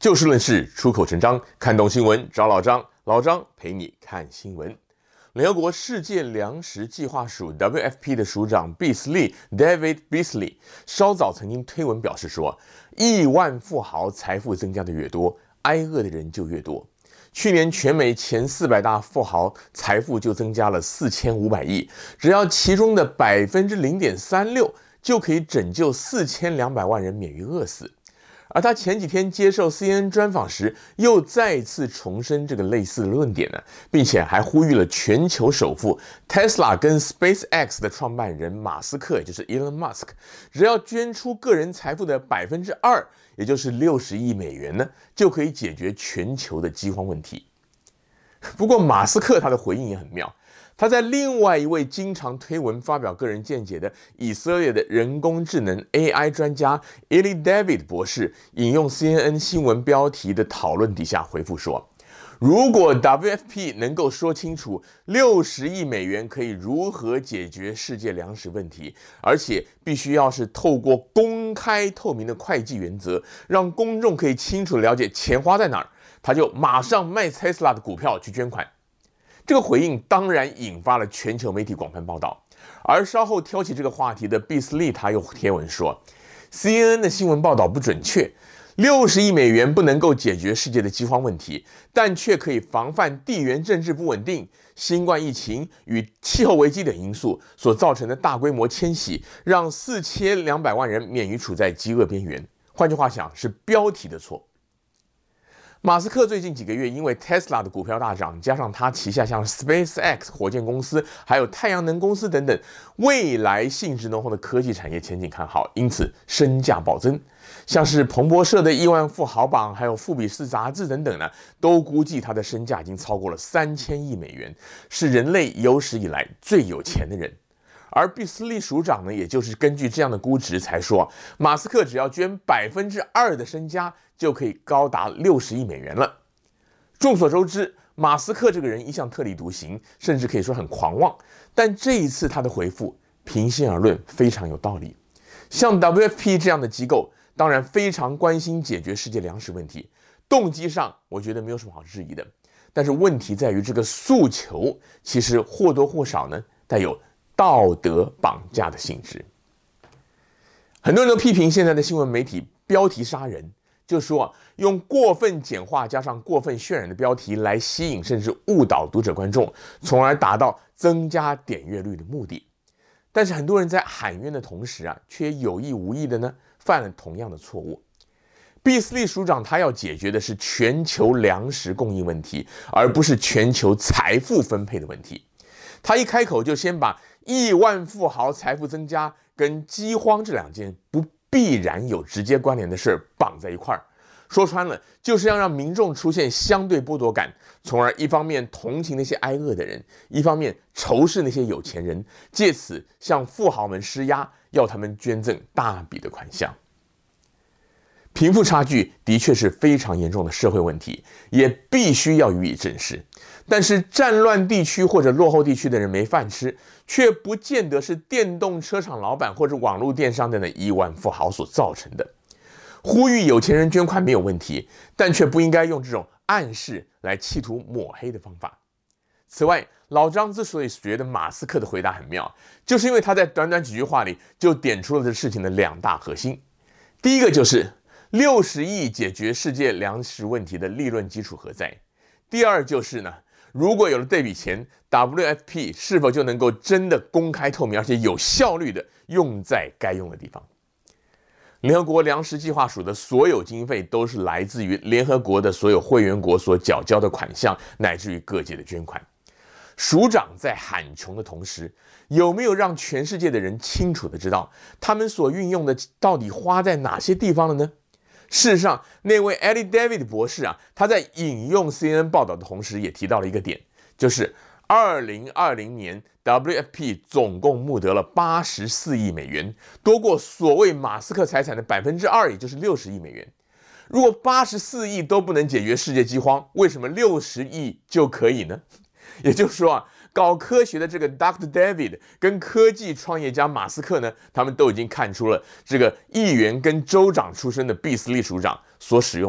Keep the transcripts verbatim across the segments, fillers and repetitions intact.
就事论事，出口成章，看懂新闻找老张，老张陪你看新闻。联合国世界粮食计划署 W F P 的署长 Beasley David Beasley 稍早曾经推文表示说，亿万富豪财富增加的越多，挨饿的人就越多。去年全美前四百大富豪财富就增加了四千五百亿，只要其中的百分之零点三六就可以拯救四千两百万人免于饿死。而他前几天接受 C N N 专访时，又再次重申这个类似的论点呢，并且还呼吁了全球首富 Tesla 跟 SpaceX 的创办人马斯克，也就是 Elon Musk， 只要捐出个人财富的百分之二，也就是六十亿美元呢，就可以解决全球的饥荒问题。不过马斯克他的回应也很妙。他在另外一位经常推文发表个人见解的以色列的人工智能 A I 专家 Eli David 博士，引用 C N N 新闻标题的讨论底下回复说，如果 W F P 能够说清楚六十亿美元可以如何解决世界粮食问题，而且必须要是透过公开透明的会计原则，让公众可以清楚了解钱花在哪儿，他就马上卖 Tesla 的股票去捐款。这个回应当然引发了全球媒体广泛报道，而稍后挑起这个话题的毕斯利他又贴文说 ，C N N 的新闻报道不准确，六十亿美元不能够解决世界的饥荒问题，但却可以防范地缘政治不稳定、新冠疫情与气候危机等因素所造成的大规模迁徙，让四千两百万人免于处在饥饿边缘。换句话讲，是标题的错。马斯克最近几个月因为 Tesla 的股票大涨，加上他旗下像 SpaceX 火箭公司，还有太阳能公司等等未来性质浓厚的科技产业前景看好，因此身价暴增。像是彭博社的亿万富豪榜，还有富比士杂志等等呢，都估计他的身价已经超过了三千亿美元，是人类有史以来最有钱的人。而毕斯利署长呢，也就是根据这样的估值才说，马斯克只要捐百分之二的身家，就可以高达六十亿美元了。众所周知，马斯克这个人一向特立独行，甚至可以说很狂妄。但这一次他的回复，平心而论非常有道理。像 W F P 这样的机构，当然非常关心解决世界粮食问题，动机上我觉得没有什么好质疑的。但是问题在于这个诉求，其实或多或少呢带有道德绑架的性质。很多人都批评现在的新闻媒体标题杀人，就说、啊、用过分简化加上过分渲染的标题来吸引甚至误导读者观众，从而达到增加点阅率的目的。但是很多人在喊冤的同时啊，却有意无意的呢犯了同样的错误。毕斯利署长他要解决的是全球粮食供应问题，而不是全球财富分配的问题。他一开口就先把亿万富豪财富增加跟饥荒这两件不必然有直接关联的事绑在一块儿，说穿了就是要让民众出现相对剥夺感，从而一方面同情那些挨饿的人，一方面仇视那些有钱人，借此向富豪们施压，要他们捐赠大笔的款项。贫富差距的确是非常严重的社会问题，也必须要予以正视。但是战乱地区或者落后地区的人没饭吃，却不见得是电动车厂老板或者网络电商等的亿万富豪所造成的。呼吁有钱人捐款没有问题，但却不应该用这种暗示来企图抹黑的方法。此外，老张之所以觉得马斯克的回答很妙，就是因为他在短短几句话里就点出了这事情的两大核心。第一个就是六十亿解决世界粮食问题的利润基础何在？第二就是呢，如果有了这笔钱 ，W F P 是否就能够真的公开透明，而且有效率的用在该用的地方？联合国粮食计划署的所有经费都是来自于联合国的所有会员国所缴交的款项，乃至于各界的捐款。署长在喊穷的同时，有没有让全世界的人清楚的知道他们所运用的到底花在哪些地方了呢？事实上，那位 Eli David 博士啊，他在引用 C N N 报道的同时，也提到了一个点，就是二零二零年 W F P 总共募得了八十四亿美元，多过所谓马斯克财产的百分之二，也就是六十亿美元。如果八十四亿都不能解决世界饥荒，为什么六十亿就可以呢？也就是说啊，搞科学的这个 Doctor David 跟科技创业家马斯克呢，他们都已经看出了这个议员跟州长出身的毕斯利署长所使用的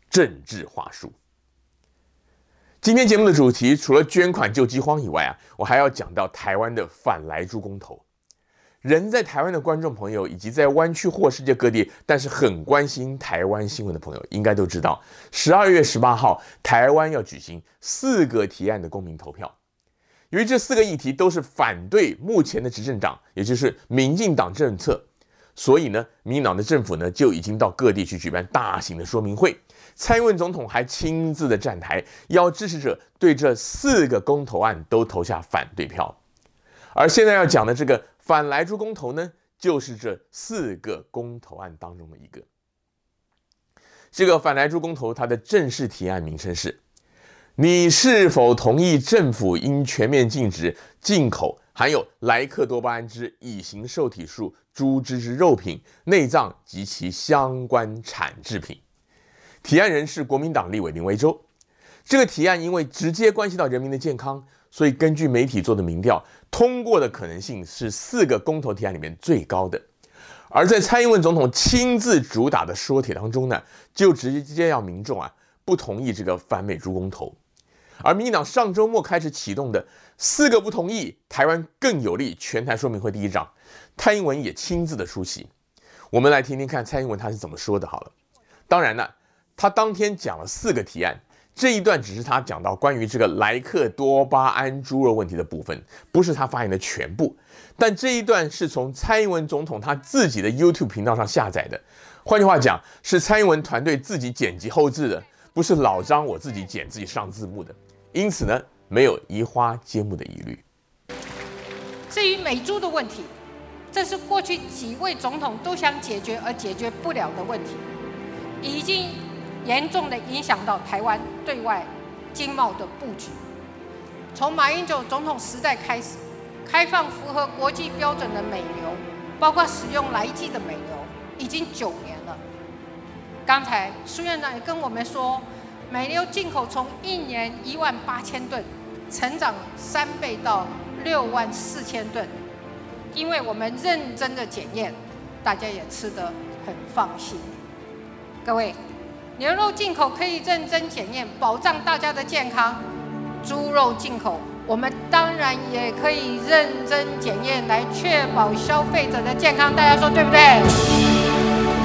政治话术。今天节目的主题除了捐款救饥荒以外啊，我还要讲到台湾的反莱猪公投。人在台湾的观众朋友，以及在湾区或世界各地，但是很关心台湾新闻的朋友，应该都知道，十二月十八号，台湾要举行四个提案的公民投票。由于这四个议题都是反对目前的执政党，也就是民进党政策，所以呢，民进党的政府呢就已经到各地去举办大型的说明会。蔡英文总统还亲自的站台，要支持者对这四个公投案都投下反对票。而现在要讲的这个反莱猪公投呢，就是这四个公投案当中的一个。这个反莱猪公投，它的正式提案名称是：你是否同意政府应全面禁止进口含有莱克多巴胺之乙型受体素猪只之肉品、内脏及其相关产制品？提案人是国民党立委林为洲。这个提案因为直接关系到人民的健康，所以根据媒体做的民调，通过的可能性是四个公投提案里面最高的。而在蔡英文总统亲自主打的说帖当中呢，就直接要民众啊不同意这个反美猪公投。而民进党上周末开始启动的四个不同意，台湾更有利全台说明会第一章，蔡英文也亲自的出席。我们来听听看蔡英文他是怎么说的好了。当然呢，他当天讲了四个提案，这一段只是他讲到关于这个莱克多巴胺猪肉问题的部分，不是他发言的全部。但这一段是从蔡英文总统他自己的 YouTube 频道上下载的，换句话讲，是蔡英文团队自己剪辑后制的，不是老张我自己剪自己上字幕的。因此呢，没有移花接木的疑虑。 至于美猪的问题，这是过去几位总统都想解决而解决不了的问题，已经严重的影响到台湾对外经贸的布局。从马英九总统时代开始，开放符合国际标准的美牛，包括使用来基的美牛，已经九年了。刚才苏院长也跟我们说，美牛进口从一年一万八千吨，成长三倍到六万四千吨。因为我们认真的检验，大家也吃得很放心。各位，牛肉进口可以认真检验，保障大家的健康；猪肉进口，我们当然也可以认真检验，来确保消费者的健康。大家说对不对？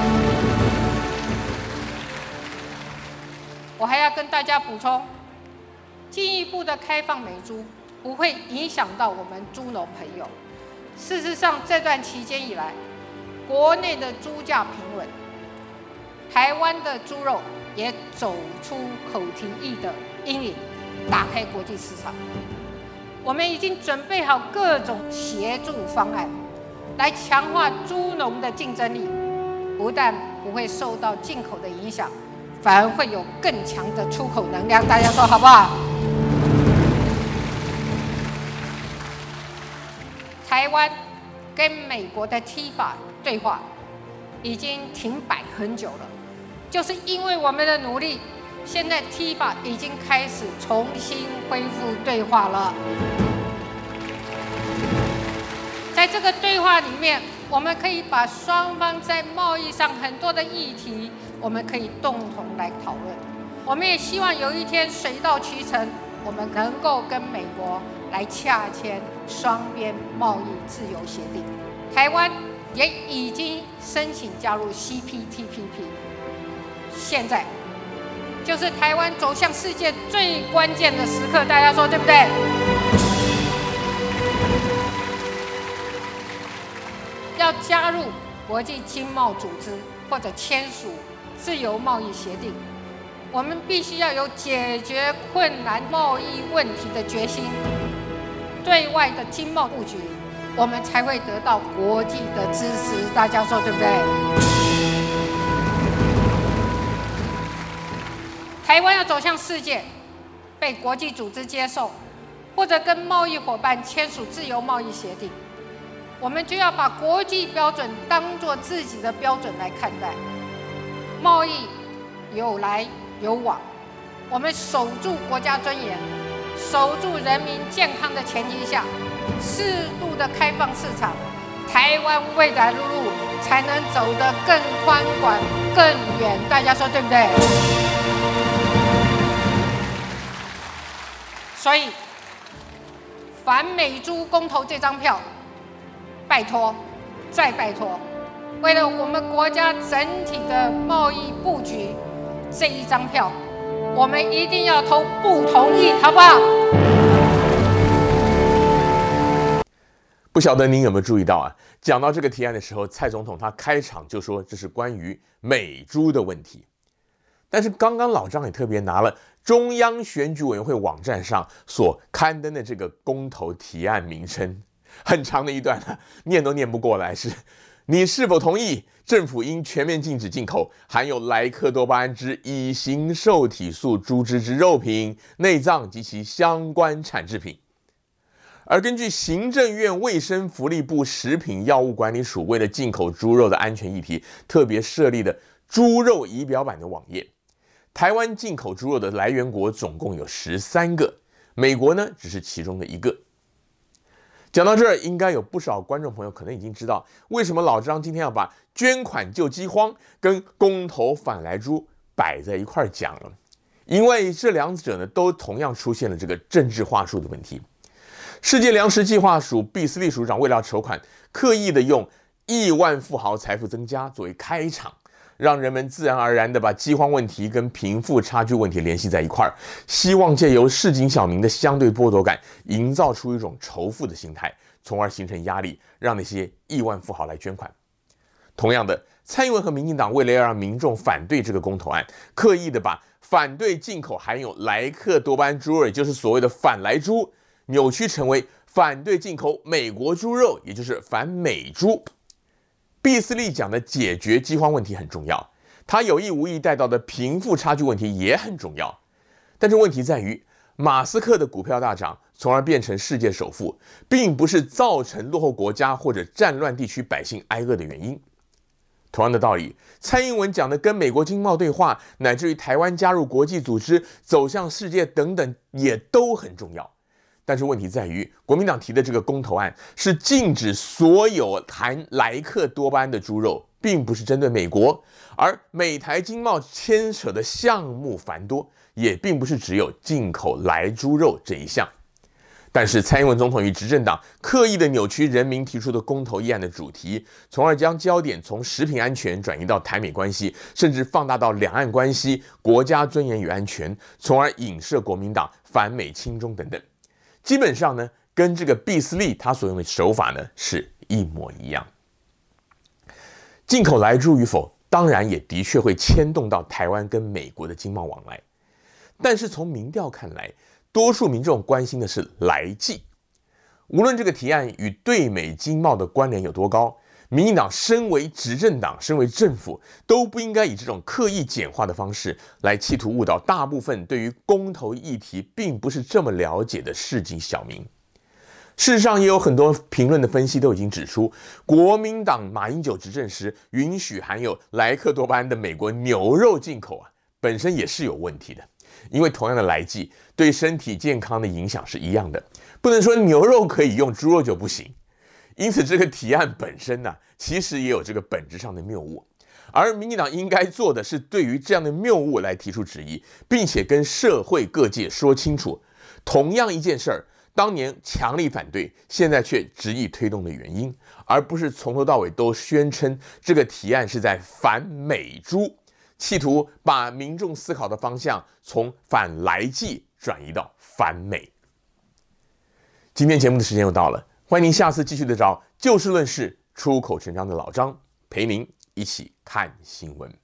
我还要跟大家补充，进一步的开放美猪不会影响到我们猪农朋友。事实上，这段期间以来，国内的猪价平稳，台湾的猪肉也走出口蹄疫的阴影，打开国际市场。我们已经准备好各种协助方案，来强化猪农的竞争力，不但不会受到进口的影响，反而会有更强的出口能量。大家说好不好？台湾跟美国的 T 法对话已经停摆很久了，就是因为我们的努力，现在 T 法已经开始重新恢复对话了。在这个对话里面，我们可以把双方在贸易上很多的议题，我们可以共同来讨论。我们也希望有一天水到渠成，我们能够跟美国来洽签双边贸易自由协定。台湾也已经申请加入 C P T P P， 现在就是台湾走向世界最关键的时刻，大家说对不对？要加入国际经贸组织或者签署自由贸易协定，我们必须要有解决困难贸易问题的决心，对外的经贸布局，我们才会得到国际的支持。大家说对不对？台湾要走向世界，被国际组织接受，或者跟贸易伙伴签署自由贸易协定，我们就要把国际标准当作自己的标准来看待。贸易有来有往，我们守住国家尊严，守住人民健康的前提下，适度的开放市场，台湾未来的路才能走得更宽广、更远。大家说对不对？ 所以反美猪公投这张票，拜托，再拜托，为了我们国家整体的贸易布局，这一张票，我们一定要投不同意，好不好？ 不晓得您有没有注意到啊？讲到这个提案的时候，蔡总统他开场就说这是关于美猪的问题。但是刚刚老张也特别拿了中央选举委员会网站上所刊登的这个公投提案名称，很长的一段啊，念都念不过来，是你是否同意政府应全面禁止进口含有莱克多巴胺之乙型受体素猪只之肉品、内脏及其相关产制品？而根据行政院卫生福利部食品药物管理署为了进口猪肉的安全议题，特别设立的猪肉仪表板的网页。台湾进口猪肉的来源国总共有十三个，美国呢只是其中的一个。讲到这儿，应该有不少观众朋友可能已经知道，为什么老张今天要把捐款救饥荒跟公投反莱猪摆在一块讲了，因为这两者呢都同样出现了这个政治话术的问题。世界粮食计划署毕斯利署长为了要筹款，刻意的用亿万富豪财富增加作为开场，让人们自然而然的把饥荒问题跟贫富差距问题联系在一块儿，希望借由市井小民的相对剥夺感，营造出一种仇富的心态，从而形成压力，让那些亿万富豪来捐款。同样的，蔡英文和民进党为了要让民众反对这个公投案，刻意的把反对进口含有莱克多巴胺猪肉，也就是所谓的反莱猪，扭曲成为反对进口美国猪肉，也就是反美猪。毕斯利讲的解决饥荒问题很重要，他有意无意带到的贫富差距问题也很重要。但是问题在于，马斯克的股票大涨，从而变成世界首富，并不是造成落后国家或者战乱地区百姓挨饿的原因。同样的道理，蔡英文讲的跟美国经贸对话，乃至于台湾加入国际组织、走向世界等等，也都很重要。但是问题在于，国民党提的这个公投案是禁止所有含莱克多巴胺的猪肉，并不是针对美国，而美台经贸牵扯的项目繁多，也并不是只有进口莱猪肉这一项。但是蔡英文总统与执政党刻意的扭曲人民提出的公投议案的主题，从而将焦点从食品安全转移到台美关系，甚至放大到两岸关系、国家尊严与安全，从而影射国民党反美亲中等等。基本上呢，跟这个毕斯利他所用的手法呢是一模一样。进口莱猪与否，当然也的确会牵动到台湾跟美国的经贸往来。但是从民调看来，多数民众关心的是莱剂。无论这个提案与对美经贸的关联有多高，民进党身为执政党，身为政府，都不应该以这种刻意简化的方式来企图误导大部分对于公投议题并不是这么了解的市井小民。事实上，也有很多评论的分析都已经指出，国民党马英九执政时允许含有莱克多巴胺的美国牛肉进口啊，本身也是有问题的。因为同样的莱剂对身体健康的影响是一样的，不能说牛肉可以用，猪肉就不行。因此，这个提案本身呢、啊，其实也有这个本质上的谬误。而民进党应该做的是对于这样的谬误来提出质疑，并且跟社会各界说清楚，同样一件事儿，当年强力反对，现在却执意推动的原因，而不是从头到尾都宣称这个提案是在反美猪，企图把民众思考的方向从反莱剂转移到反美。今天节目的时间又到了，欢迎您下次继续的找就事论事、出口成章的老张陪您一起看新闻。